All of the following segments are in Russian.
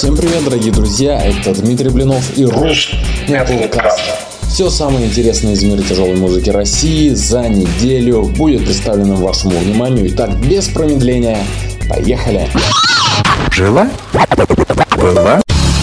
Всем привет, дорогие друзья, это Дмитрий Блинов и Рус Metalcast. Все самое интересное из мира тяжелой музыки России за неделю будет представлено вашему вниманию. Итак, без промедления, поехали! Жила? Была?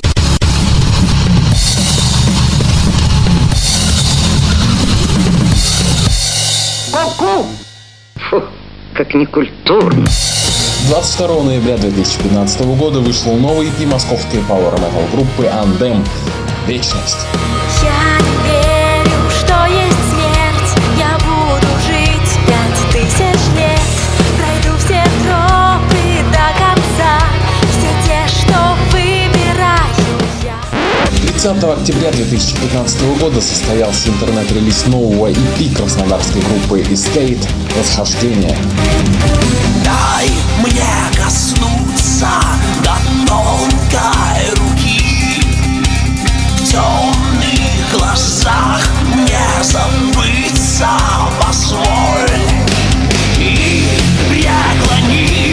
Фу, как некультурно. 22 ноября 2015 года вышел новый EP московской Power Metal группы Andem «Вечность». Я не верю, что есть смерть. Я буду жить 5000 лет. Пройду все тропы до конца. Все те, что выбираю я. 30 октября 2015 года состоялся интернет-релиз нового EP краснодарской группы Estate «Восхождение». Дай мне коснуться до тонкой руки. В темных глазах мне забыться позволь. И преклони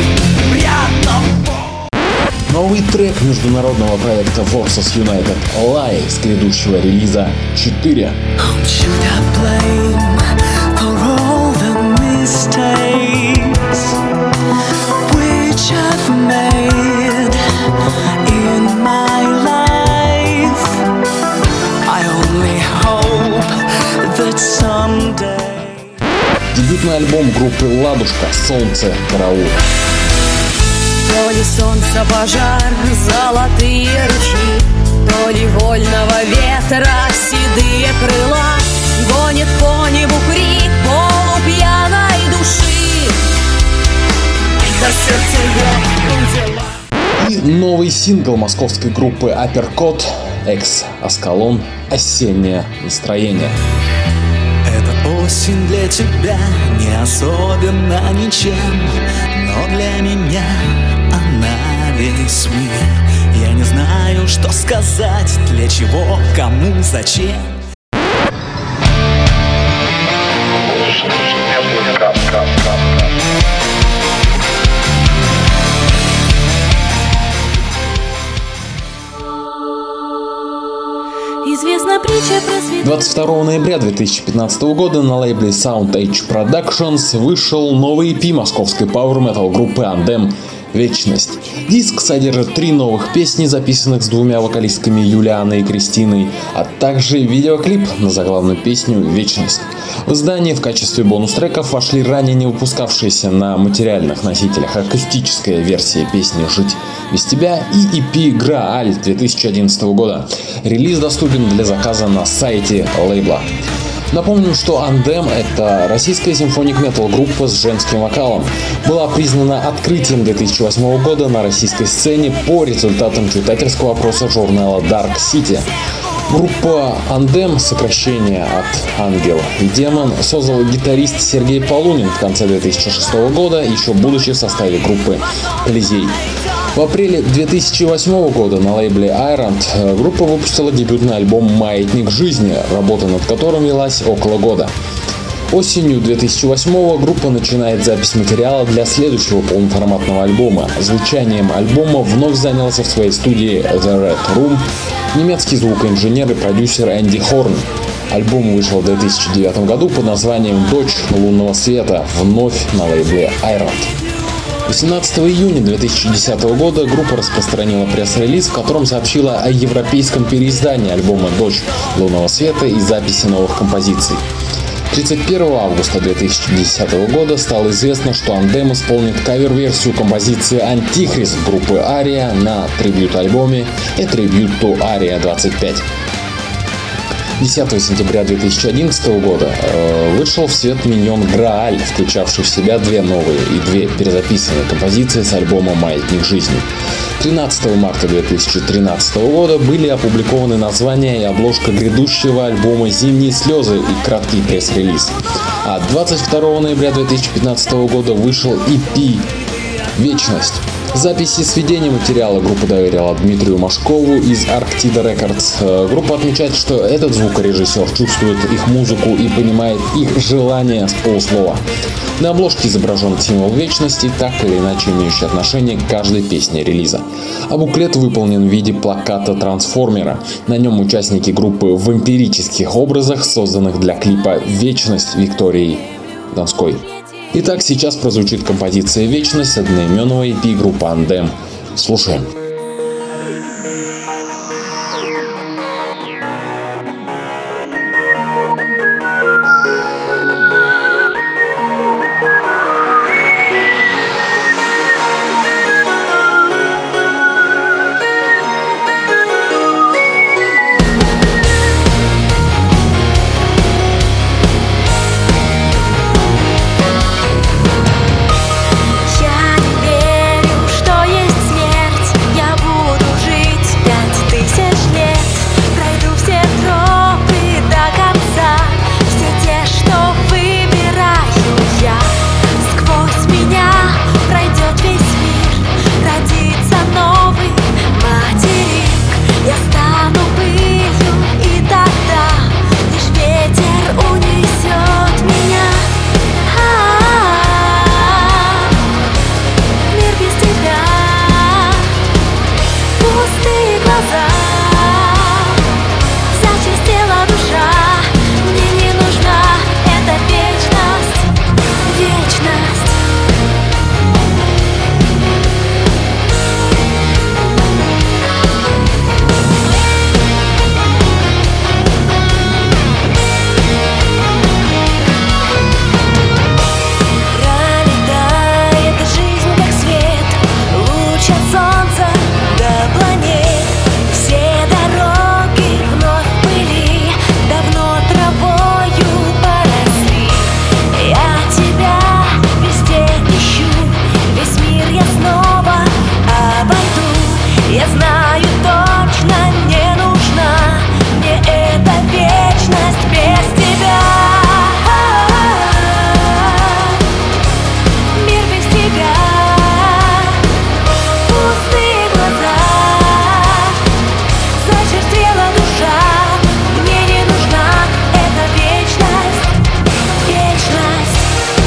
пред Новый трек международного проекта Forces United Lie с грядущего релиза 4. Дебютный альбом группы Ладушка «Солнце, караул». То ли солнце пожар, золотые ручьи, то ли вольного ветра седые крыла. Гонит по небу крик полупьяной души. До сердца я И новый сингл московской группы Апперкот «Экс-Аскалон. Осеннее настроение». Эта осень для тебя не особенно ничем, но для меня она весь мир. Я не знаю, что сказать, для чего, кому, зачем. известна притча про свет. 22 ноября 2015 года на лейбле Sound Age Productions вышел новый EP московской Power Metal группы Andem «Вечность». Диск содержит 3 новых песни, записанных с 2 вокалистками Юлианой и Кристиной, а также видеоклип на заглавную песню «Вечность». В издание в качестве бонус-треков вошли ранее не выпускавшиеся на материальных носителях акустическая версия песни «Жить без тебя» и EP «Грааль» 2011 года. Релиз доступен для заказа на сайте лейбла. Напомним, что Andem — это российская симфоник-метал группа с женским вокалом. Была признана открытием 2008 года на российской сцене по результатам читательского опроса журнала Dark City. Группа Andem, сокращение от «Ангел и демон», создал гитарист Сергей Полунин в конце 2006 года, еще будучи в составе группы «Колизей». В апреле 2008 года на лейбле Iron группа выпустила дебютный альбом «Маятник жизни», работа над которым велась около года. Осенью 2008 группа начинает запись материала для следующего полноформатного альбома. Звучанием альбома вновь занялся в своей студии The Red Room немецкий звукоинженер и продюсер Энди Хорн. Альбом вышел в 2009 году под названием «Дочь лунного света», вновь на лейбле Iron. 18 июня 2010 года группа распространила пресс-релиз, в котором сообщила о европейском переиздании альбома «Дочь лунного света» и записи новых композиций. 31 августа 2010 года стало известно, что Andem исполнит кавер-версию композиции «Антихрист» группы Ария на трибьют-альбоме «A Tribute to Aria 25». 10 сентября 2011 года вышел в свет миньон «Грааль», включавший в себя 2 новые и 2 перезаписанные композиции с альбома «Маятник жизни». 13 марта 2013 года были опубликованы названия и обложка грядущего альбома «Зимние слезы» и краткий пресс-релиз. А 22 ноября 2015 года вышел EP «Вечность». Записи сведения материала группа доверила Дмитрию Машкову из Arctida Records. Группа отмечает, что этот звукорежиссер чувствует их музыку и понимает их желание с полуслова. На обложке изображен символ вечности, так или иначе имеющий отношение к каждой песне релиза. А буклет выполнен в виде плаката трансформера. На нем участники группы в эмпирических образах, созданных для клипа «Вечность» Виктории Донской. Итак, сейчас прозвучит композиция «Вечность» одноименного EP группы Andem. Слушаем. Я не верю, что есть смерть. Я буду жить 5000 лет. Пройду все тропы до конца. Все те, что выбираю я. Сквозь меня пройдет весь мир. Родится новый материк. Я стану пылью, и тогда лишь ветер унесет меня. Мир без тебя, пустые глаза, зачастила душа. Мне не нужна эта вечность, вечность. Пролетает жизнь как свет, луч от солнца до планет. Все дороги вновь в пыли, давно травою поросли. Я тебя везде ищу, весь мир я снова обойду. Я знаю точно, не нужна мне эта вечность без тебя. Мир без тебя, пустые глаза, зачертила душа. Мне не нужна эта вечность, вечность.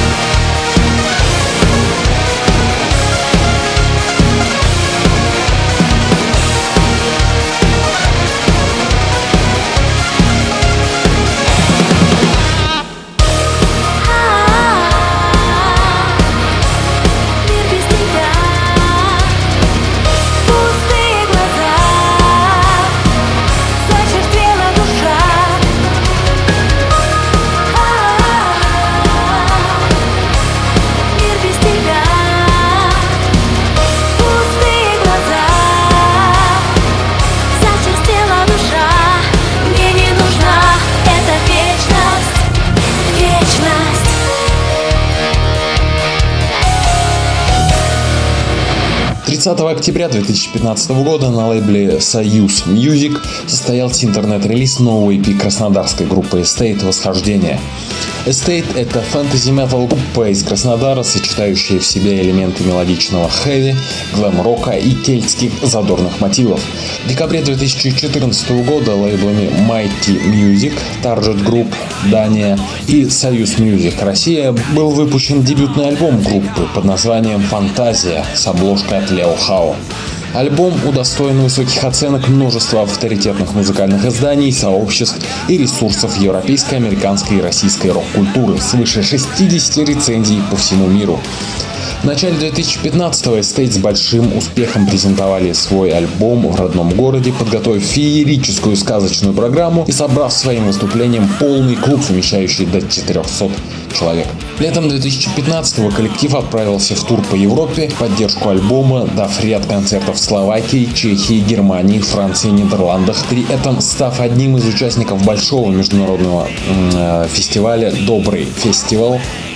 30 октября 2015 года на лейбле Союз Music состоялся интернет-релиз нового EP краснодарской группы Estate «Восхождение». Estate — это фэнтези-метал группа из Краснодара, сочетающая в себе элементы мелодичного хэви, глэм-рока и кельтских задорных мотивов. В декабре 2014 года лейблами Mighty Music, Target Group, Дания и Союз Music, Россия был выпущен дебютный альбом группы под названием «Фантазия» с обложкой от Лео Хао. Альбом удостоен высоких оценок множества авторитетных музыкальных изданий, сообществ и ресурсов европейской, американской и российской рок-культуры, свыше 60 рецензий по всему миру. В начале 2015-го Estate с большим успехом презентовали свой альбом в родном городе, подготовив феерическую сказочную программу и собрав своим выступлением полный клуб, вмещающий до 400 человек. Летом 2015-го коллектив отправился в тур по Европе в поддержку альбома, дав ряд концертов в Словакии, Чехии, Германии, Франции и Нидерландах, при этом став одним из участников большого международного фестиваля «Добрый фестивал»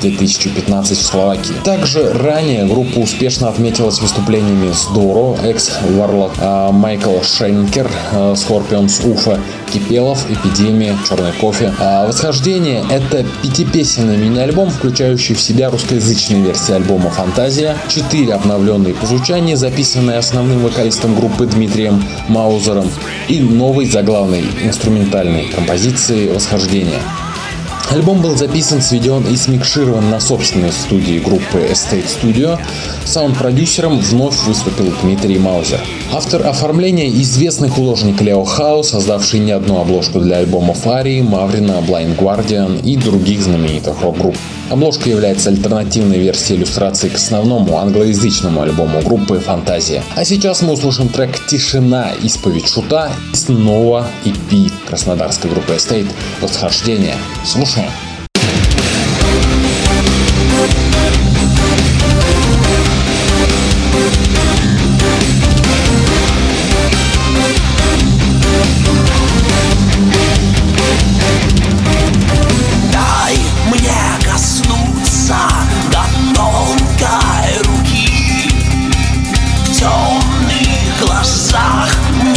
2015 в Словакии. Также ранее группа успешно отметилась выступлениями с Доро, Warlock, Майкл Шенкер, Scorpions, Уфа, Кипелов, Эпидемия, Черный кофе. Восхождение — это пятипесенный мини-альбом, включающий в себя русскоязычные версии альбома «Фантазия», 4 обновленные по звучанию, записанные основным вокалистом группы Дмитрием Маузером, и новой заглавной инструментальной композиции «Восхождение». Альбом был записан, сведен и смикширован на собственной студии группы Estate Studio. Саунд-продюсером вновь выступил Дмитрий Маузер. Автор оформления — известный художник Лео Хау, создавший не одну обложку для альбомов Арии, Маврина, Blind Guardian и других знаменитых рок-групп. Обложка является альтернативной версией иллюстрации к основному англоязычному альбому группы «Фантазия». А сейчас мы услышим трек «Тишина. Исповедь шута» из нового EP краснодарской группы Estate «Восхождение». Слушаем.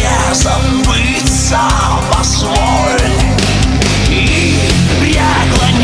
Позволь и преклони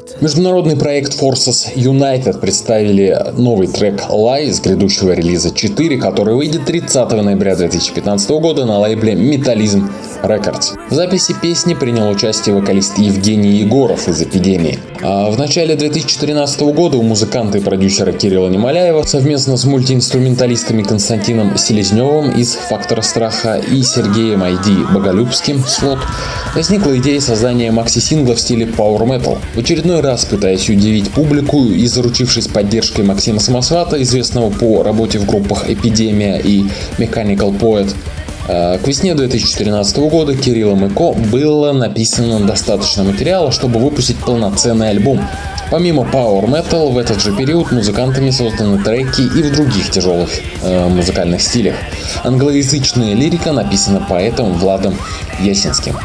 Международный проект Forces United представили новый трек Lie с грядущего релиза 4, который выйдет 30 ноября 2015 года на лейбле Metallism Records. В записи песни принял участие вокалист Евгений Егоров из «Эпидемии». А в начале 2013 года у музыканта и продюсера Кирилла Немоляева совместно с мультиинструменталистами Константином Селезневым из «Фактора страха» и Сергеем Айди Боголюбским «Слот» возникла идея создания макси-сингла в стиле Power Metal. В очередной раз, пытаясь удивить публику и заручившись поддержкой Максима Самосвата, известного по работе в группах «Эпидемия» и Mechanical Poet, к весне 2013 года Кириллом и Ко было написано достаточно материала, чтобы выпустить полноценный альбом. Помимо Power Metal, в этот же период музыкантами созданы треки и в других тяжелых музыкальных стилях. Англоязычная лирика написана поэтом Владом Ясинским.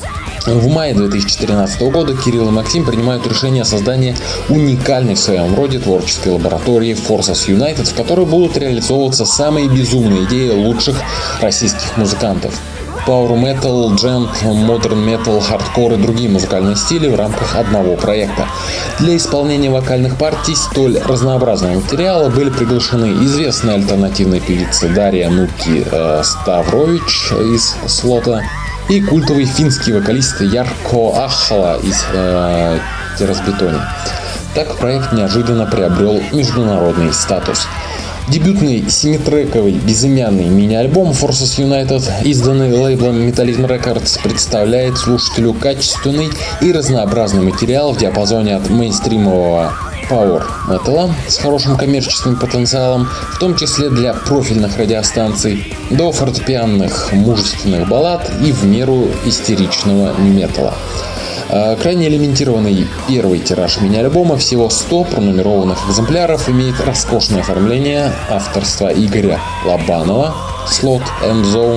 В мае 2013 года Кирилл и Максим принимают решение о создании уникальной в своем роде творческой лаборатории Forces United, в которой будут реализовываться самые безумные идеи лучших российских музыкантов. Power Metal, Gent, Modern Metal, Hardcore и другие музыкальные стили в рамках одного проекта. Для исполнения вокальных партий столь разнообразного материала были приглашены известная альтернативная певица Дарья Нуки Ставрович из «Слота» и культовый финский вокалист Яркко Ахла из Террасбетоне. Так проект неожиданно приобрел международный статус. Дебютный 7-трековый безымянный мини-альбом Forces United, изданный лейблом Metallism Records, представляет слушателю качественный и разнообразный материал в диапазоне от мейнстримового Power Metal с хорошим коммерческим потенциалом, в том числе для профильных радиостанций, до фортепианных мужественных баллад и в меру истеричного металла. Крайне лимитированный первый тираж мини-альбома, всего 100 пронумерованных экземпляров, имеет роскошное оформление авторства Игоря Лобанова, Slot and Zone,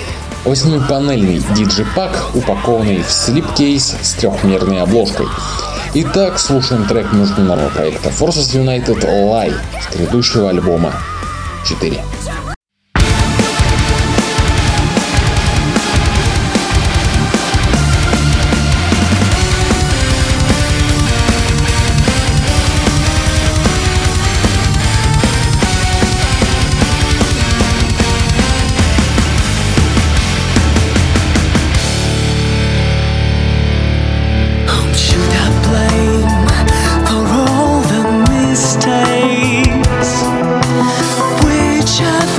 8-панельный диджей-пак, упакованный в слипкейс с трехмерной обложкой. Итак, слушаем трек международного проекта Forces United Lie с грядущего альбома 4. Should I blame for all the mistakes which I've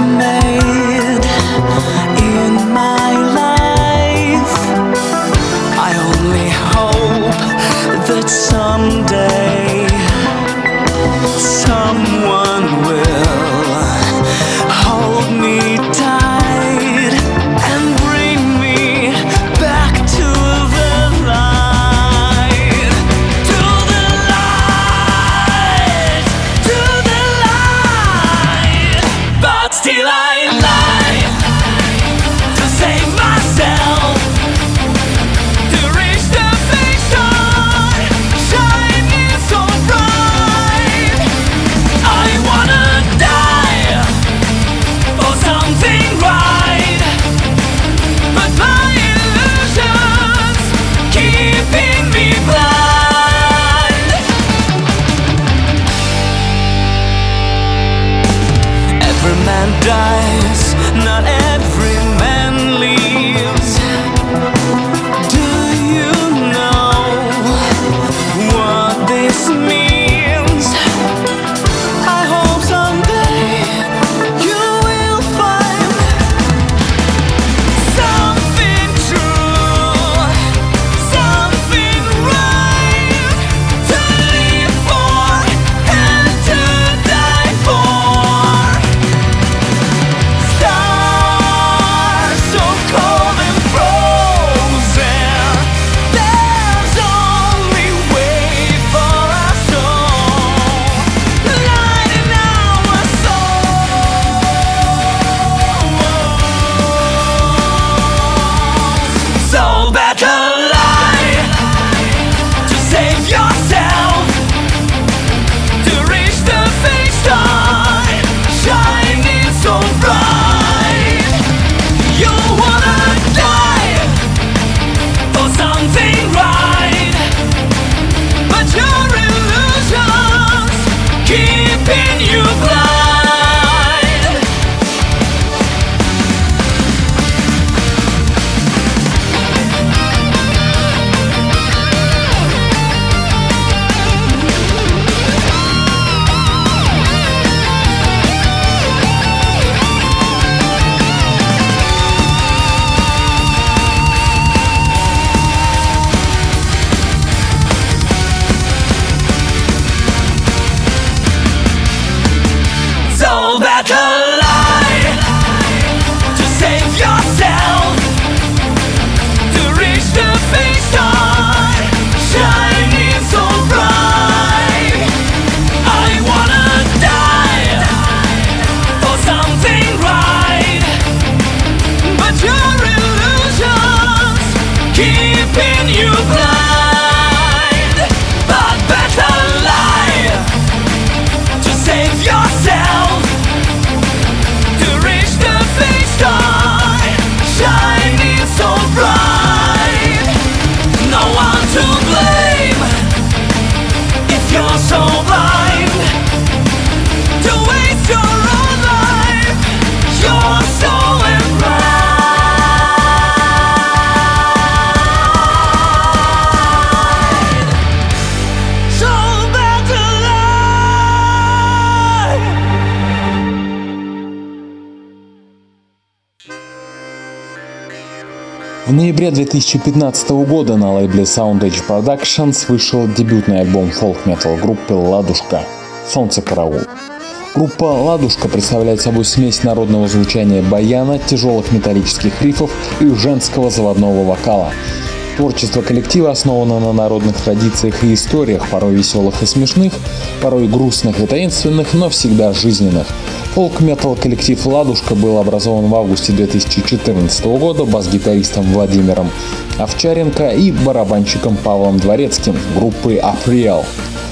You're so blind to waste your own life. You're so blind, so bad to lie. В ноябре 2015 года на лейбле Sound Edge Productions вышел дебютный альбом фолк-метал группы «Ладушка» «Солнце караул». Группа «Ладушка» представляет собой смесь народного звучания баяна, тяжелых металлических рифов и женского заводного вокала. Творчество коллектива основано на народных традициях и историях, порой веселых и смешных, порой грустных и таинственных, но всегда жизненных. Фолк-метал коллектив «Ладушка» был образован в августе 2014 года бас-гитаристом Владимиром Овчаренко и барабанщиком Павлом Дворецким группы «Априэл».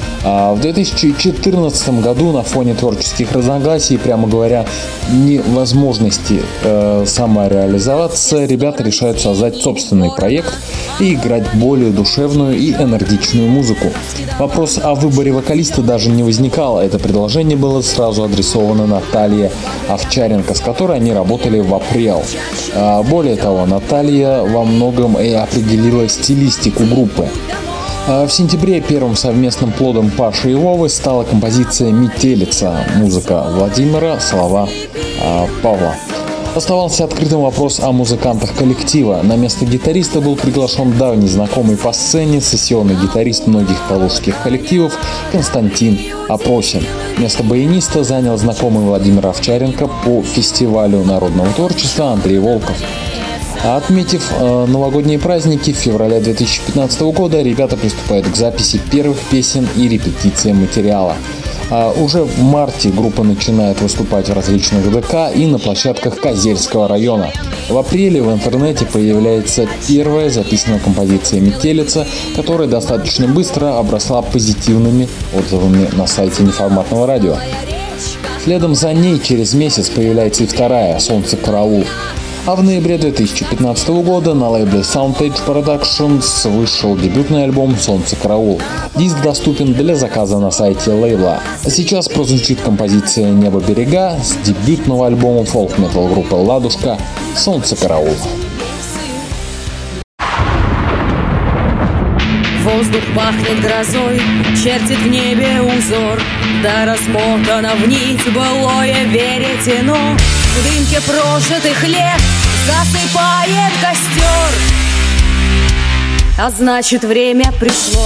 В 2014 году на фоне творческих разногласий, прямо говоря, невозможности самореализоваться, ребята решают создать собственный проект и играть более душевную и энергичную музыку. Вопрос о выборе вокалиста даже не возникал. Это предложение было сразу адресовано Наталье Овчаренко, с которой они работали в «Априэл». Более того, Наталья во многом и определила стилистику группы. В сентябре первым совместным плодом Паши и Вовы стала композиция «Метелица», музыка Владимира, слова Павла. Оставался открытым вопрос о музыкантах коллектива. На место гитариста был приглашен давний знакомый по сцене, сессионный гитарист многих калужских коллективов Константин Опросин. Место баяниста занял знакомый Владимир Овчаренко по фестивалю народного творчества Андрей Волков. Отметив новогодние праздники, в феврале 2015 года ребята приступают к записи первых песен и репетициям материала. Уже в марте группа начинает выступать в различных ДК и на площадках Козельского района. В апреле в интернете появляется первая записанная композиция «Метелица», которая достаточно быстро обросла позитивными отзывами на сайте неформатного радио. Следом за ней через месяц появляется и вторая «Солнце караул». А в ноябре 2015 года на лейбле Sound Edge Productions вышел дебютный альбом «Солнце караул». Диск доступен для заказа на сайте лейбла. Сейчас прозвучит композиция «Небо берега» с дебютного альбома фолк-метал группы «Ладушка» «Солнце караул». Воздух пахнет грозой, чертит в небе узор, да размотано в нить былое веретено. В дымке прожитых лет засыпает костер, а значит время пришло.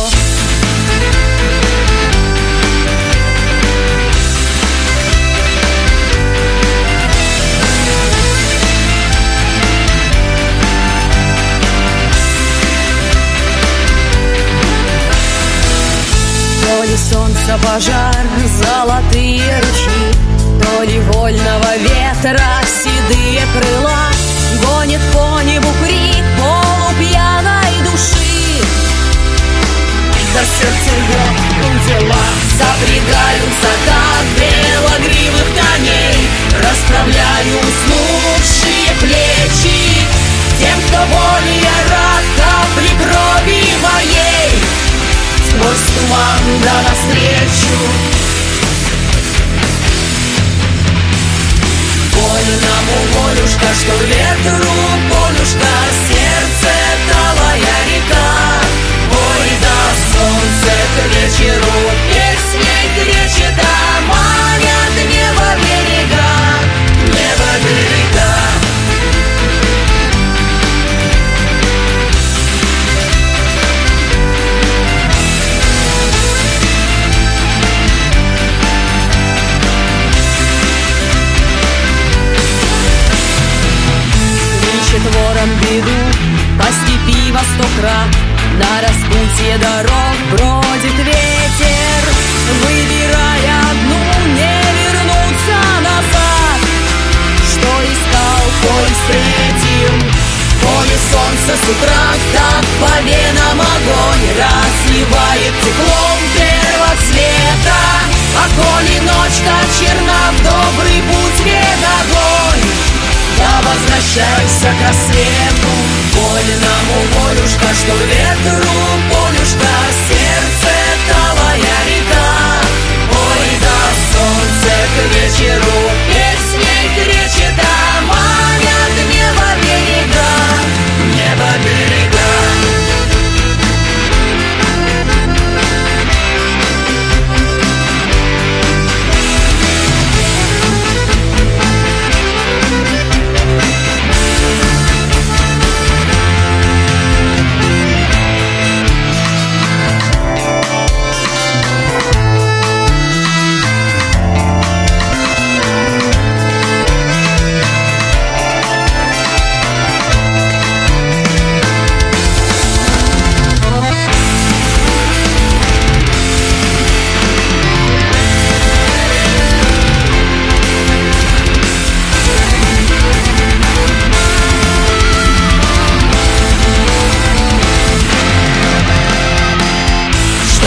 То ли солнце пожар, золотые ручьи, то ли вольного ветра седые крыла, гонит по небу крик полупьяной души. До сердца ёкнут дела, запрягаются так белогривых коней, расправляю уснувшие плечи тем, кто более рад капли крови моей. Сквозь туман да навстречу вольному волюшка, что ветру полюшка, сердце талая река. Ой, да солнце к вечеру песней кричит, а манят небо берега, небо берега. Вором беду по степи во 100 крат, на распутье дорог бродит ветер, выбирая одну, не вернуться назад. Что искал, то и встретил, коли солнце с утра так по венам огонь разливает теплом первоцвета. А коли ночь так черна, в добрый путь век огонь, да возвращайся к рассвету, вольному волюшка, что ветру полюшка, сердце талая река.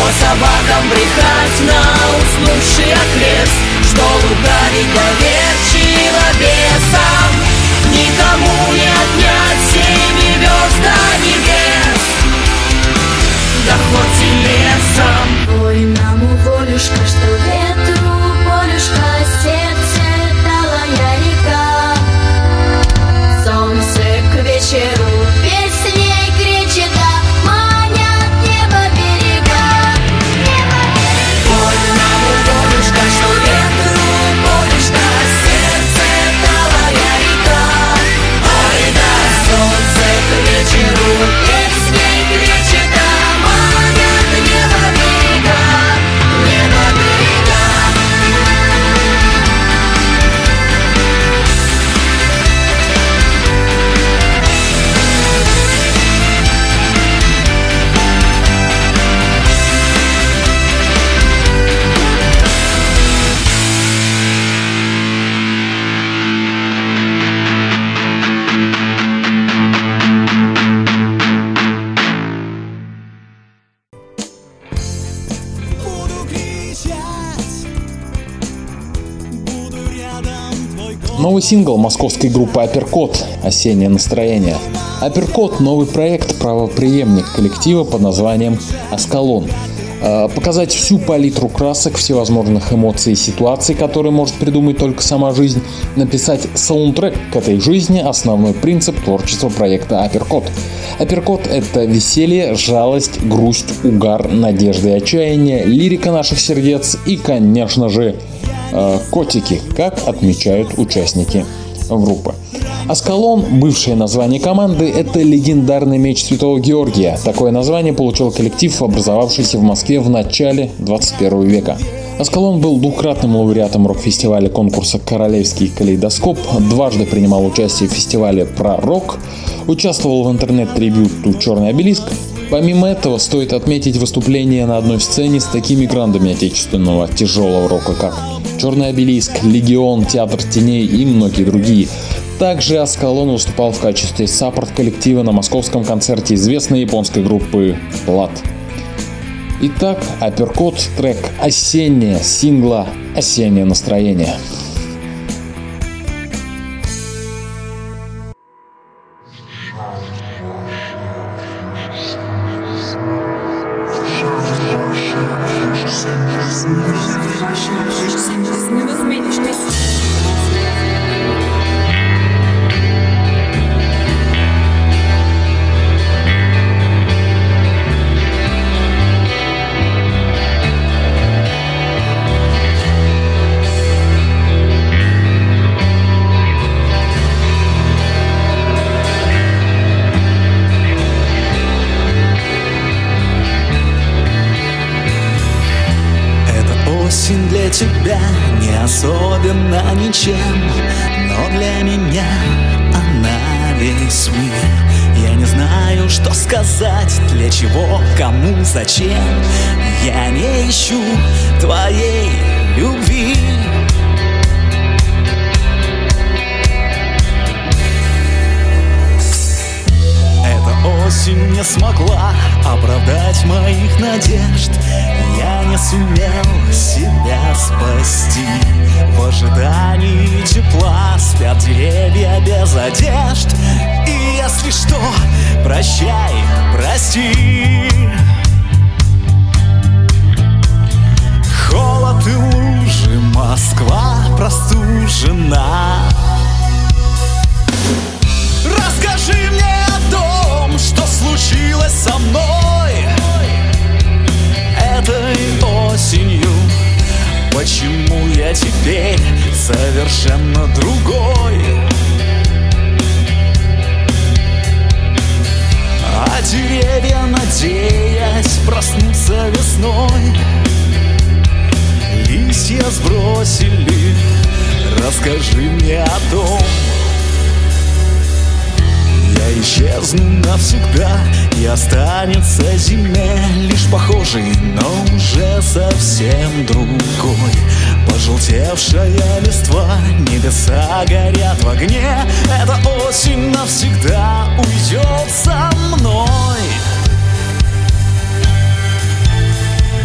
собакам брехать на уснувший окрест, что лукавить доверчиво бесам, никому не отнять 7 верст до небес, да хоть и лесом. Ой, нам волюшка, что ветру полюшка, сердце талая река, солнце к вечеру песней кричит, да манят небо берега. Ой, нам волюшка, что ветру полюшка, сердце талая река, ой, да солнце к вечеру песней кричит, да манят небо берега, небо берега. Буду кричать, буду рядом твой голос. Новый сингл московской группы Апперкот «Осеннее настроение». Апперкот — новый проект, правопреемник коллектива под названием «Аскалон». Показать всю палитру красок, всевозможных эмоций и ситуаций, которые может придумать только сама жизнь, написать саундтрек к этой жизни — основной принцип творчества проекта Апперкот. Апперкот — это веселье, жалость, грусть, угар, надежда и отчаяние, лирика наших сердец и, конечно же, котики, как отмечают участники группы. Аскалон, бывшее название команды, это легендарный меч Святого Георгия. Такое название получил коллектив, образовавшийся в Москве в начале 21 века. Аскалон был двукратным лауреатом рок-фестиваля конкурса «Королевский калейдоскоп», дважды принимал участие в фестивале про рок, участвовал в интернет-трибьюту «Черный обелиск». Помимо этого, стоит отметить выступление на одной сцене с такими грандами отечественного тяжелого рока, как «Черный обелиск», «Легион», «Театр теней» и многие другие. Также Аскалон выступал в качестве саппорт коллектива на московском концерте известной японской группы Blood. Итак, Апперкот, трек «Осеннее», сингла «Осеннее настроение». Осень для тебя не особенно ничем, но для меня она весь мир. Я не знаю, что сказать, для чего, кому, зачем. Я не ищу твоей любви. Эта осень не смогла оправдать моих надежд. Я не сумел себя спасти. В ожидании тепла спят деревья без одежд. И если что, прощай, прости. Холод и лужи, Москва простужена. Расскажи мне о том, что случилось со мной этой осенью. Почему я теперь совершенно другой? А деревья, надеясь проснуться весной, листья сбросили. Расскажи мне о том. Я исчезну навсегда, и останется зиме лишь похожий, но уже совсем другой. Пожелтевшая листва, небеса горят в огне. Эта осень навсегда уйдет со мной.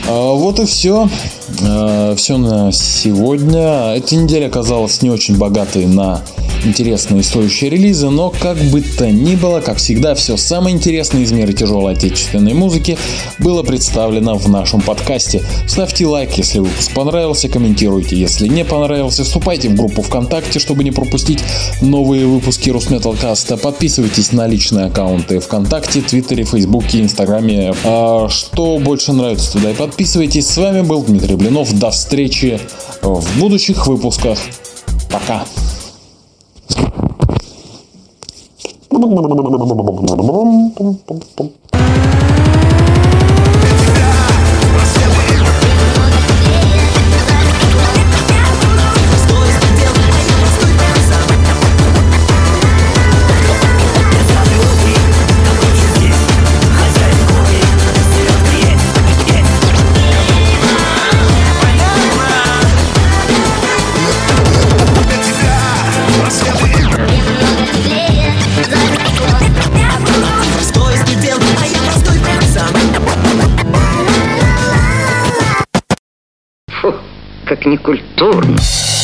Вот и все. Все на сегодня. Эта неделя оказалась не очень богатой на интересные и стоящие релизы, но как бы то ни было, как всегда, все самое интересное из мира тяжелой отечественной музыки было представлено в нашем подкасте. Ставьте лайк, если выпуск понравился, комментируйте, если не понравился, вступайте в группу ВКонтакте, чтобы не пропустить новые выпуски Русметалкаста, подписывайтесь на личные аккаунты ВКонтакте, Твиттере, Фейсбуке, Инстаграме, что больше нравится, туда и подписывайтесь. С вами был Дмитрий Блинов, до встречи в будущих выпусках, пока. Фу, как некультурно.